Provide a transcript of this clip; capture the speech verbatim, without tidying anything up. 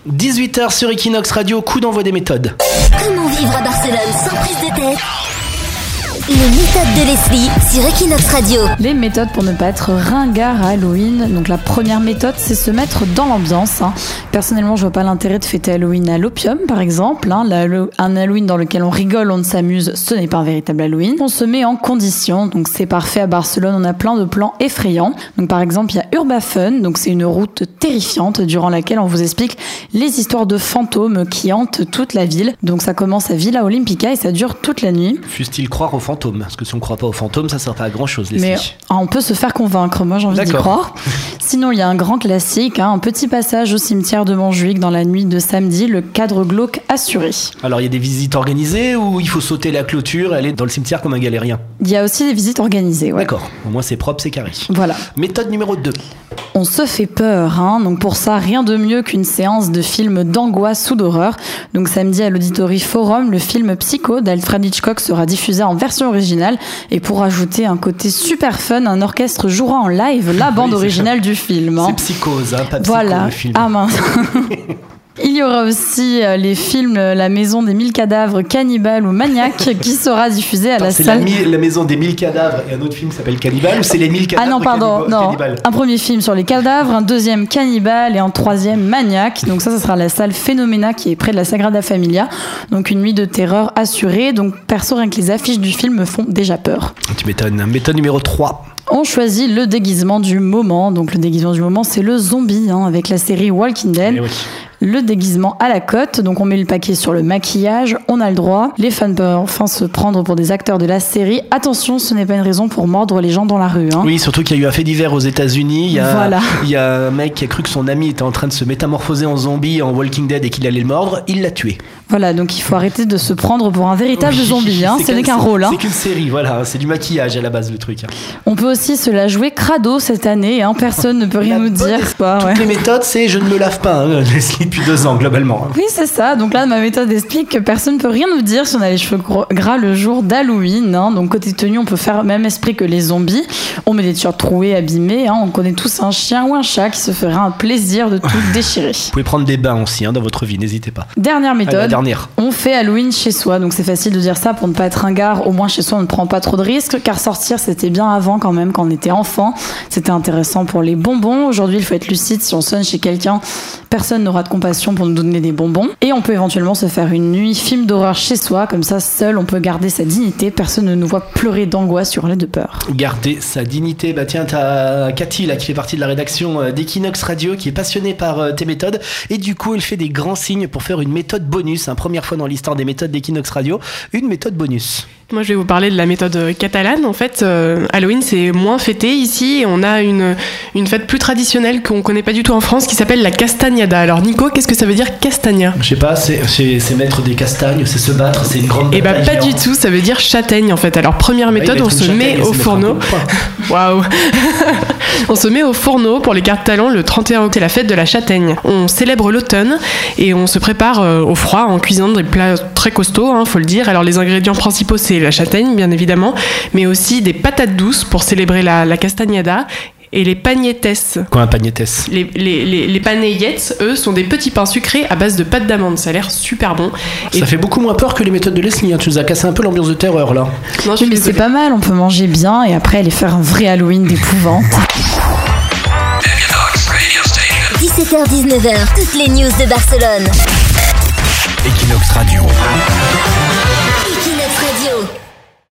dix-huit heures sur Equinox Radio, coup d'envoi des méthodes. Comment vivre à Barcelone sans prise de tête? Les méthodes de Leslie sur Equinox Radio. Les méthodes pour ne pas être ringard à Halloween. Donc la première méthode, c'est se mettre dans l'ambiance. Hein. Personnellement, je vois pas l'intérêt de fêter Halloween à l'opium, par exemple. Hein. La, le, un Halloween dans lequel on rigole, on ne s'amuse, ce n'est pas un véritable Halloween. On se met en condition, donc c'est parfait. À Barcelone, on a plein de plans effrayants. Donc par exemple, il y a Urba Fun, donc c'est une route terrifiante durant laquelle on vous explique les histoires de fantômes qui hantent toute la ville. Donc ça commence à Villa Olympica et ça dure toute la nuit. Fusse-t-il croire aux fantômes? Parce que si on ne croit pas aux fantômes, ça ne sert pas à grand chose, Leslie. Mais ah, on peut se faire convaincre, moi j'ai envie D'accord. d'y croire. Sinon, il y a un grand classique, hein, un petit passage au cimetière de Montjuïc dans la nuit de samedi, le cadre glauque assuré. Alors il y a des visites organisées ou il faut sauter la clôture et aller dans le cimetière comme un galérien? Il y a aussi des visites organisées. Ouais. D'accord, au moins c'est propre, c'est carré. Voilà. Méthode numéro deux. On se fait peur, hein. Donc pour ça, rien de mieux qu'une séance de film d'angoisse ou d'horreur. Donc samedi à l'Auditory Forum, le film Psycho d'Alfred Hitchcock sera diffusé en version originale. Et pour ajouter un côté super fun, un orchestre jouera en live la bande oui, originale du film. Hein. C'est Psychose, hein, pas Psycho voilà. le film. Ah mince. Il y aura aussi euh, les films La Maison des Mille Cadavres, Cannibale ou Maniaque qui sera diffusé à Attends, la c'est salle. C'est la, la Maison des Mille Cadavres et un autre film qui s'appelle Cannibale ou c'est les Mille Cadavres? Ah non, pardon, non. Cannibale. Un premier film sur les cadavres, un deuxième Cannibale et un troisième Maniaque. Donc ça, ça sera à la salle Phénoména qui est près de la Sagrada Familia. Donc une nuit de terreur assurée. Donc perso, rien que les affiches du film me font déjà peur. Tu m'étonnes. Méthode numéro trois. On choisit le déguisement du moment. Donc le déguisement du moment, c'est le zombie, hein, avec la série Walking Dead. Eh oui. Le déguisement à la cote, donc on met le paquet sur le maquillage, on a le droit. Les fans peuvent enfin se prendre pour des acteurs de la série. Attention, ce n'est pas une raison pour mordre les gens dans la rue. Hein. Oui, surtout qu'il y a eu un fait divers aux États-Unis. Il y a, voilà. il y a un mec qui a cru que son ami était en train de se métamorphoser en zombie en Walking Dead et qu'il allait le mordre. Il l'a tué. Voilà, donc il faut arrêter de se prendre pour un véritable oui, zombie. Hein. Ce n'est qu'un c'est, rôle. Hein. C'est qu'une série, voilà. C'est du maquillage à la base, le truc. Hein. On peut aussi se la jouer crado cette année. Hein. Personne ne peut rien la nous dire. Pas, Toutes ouais. les méthodes, c'est je ne me lave pas. Hein, Leslie, depuis deux ans, globalement. Oui, c'est ça. Donc là, ma méthode explique que personne ne peut rien nous dire si on a les cheveux gras le jour d'Halloween. Hein. Donc côté tenue, on peut faire le même esprit que les zombies. On met des t-shirts troués, abîmés. Hein. On connaît tous un chien ou un chat qui se fera un plaisir de tout déchirer. Vous pouvez prendre des bains aussi hein, dans votre vie, n'hésitez pas. Dernière méthode. Ah, la dernière. On fait Halloween chez soi. Donc c'est facile de dire ça pour ne pas être ringard. Au moins chez soi, on ne prend pas trop de risques. Car sortir, c'était bien avant quand même, quand on était enfant. C'était intéressant pour les bonbons. Aujourd'hui, il faut être lucide. Si on sonne chez quelqu'un, personne n'aura de compassion pour nous donner des bonbons. Et on peut éventuellement se faire une nuit film d'horreur chez soi. Comme ça, seul, on peut garder sa dignité. Personne ne nous voit pleurer d'angoisse sur l'aile de peur. Garder sa dignité. Bah tiens, t'as Cathy là qui fait partie de la rédaction d'Equinox Radio, qui est passionnée par tes méthodes. Et du coup, elle fait des grands signes pour faire une méthode bonus. Hein, première fois dans l'histoire des méthodes d'Equinox Radio, une méthode bonus. Moi, je vais vous parler de la méthode catalane. En fait, euh, Halloween, c'est moins fêté ici. Et on a une, une fête plus traditionnelle qu'on ne connaît pas du tout en France qui s'appelle la castagnada. Alors, Nico, qu'est-ce que ça veut dire castagna? Je sais pas, c'est, c'est, c'est mettre des castagnes, c'est se battre, c'est une grande Eh bah, pas du tout, ça veut dire châtaigne en fait. Alors, première méthode, ah, on se met au fourneau. Waouh! On se met au fourneau pour les cartes talents le trente et un octobre, c'est la fête de la châtaigne. On célèbre l'automne et on se prépare euh, au froid en cuisinant des plats très costauds, hein, faut le dire. Alors, les ingrédients principaux, c'est la châtaigne, bien évidemment, mais aussi des patates douces pour célébrer la, la castagnada. Et les pagnettes. Quoi un pagnettes? Les, les, les, les paneillettes, eux, sont des petits pains sucrés à base de pâte d'amande. Ça a l'air super bon. Ça et... fait beaucoup moins peur que les méthodes de Leslie. Hein. Tu nous as cassé un peu l'ambiance de terreur, là. Non, oui, mais c'est pas mal. On peut manger bien et après aller faire un vrai Halloween d'épouvante. dix-sept heures dix-neuf heures, toutes les news de Barcelone. Equinox Radio.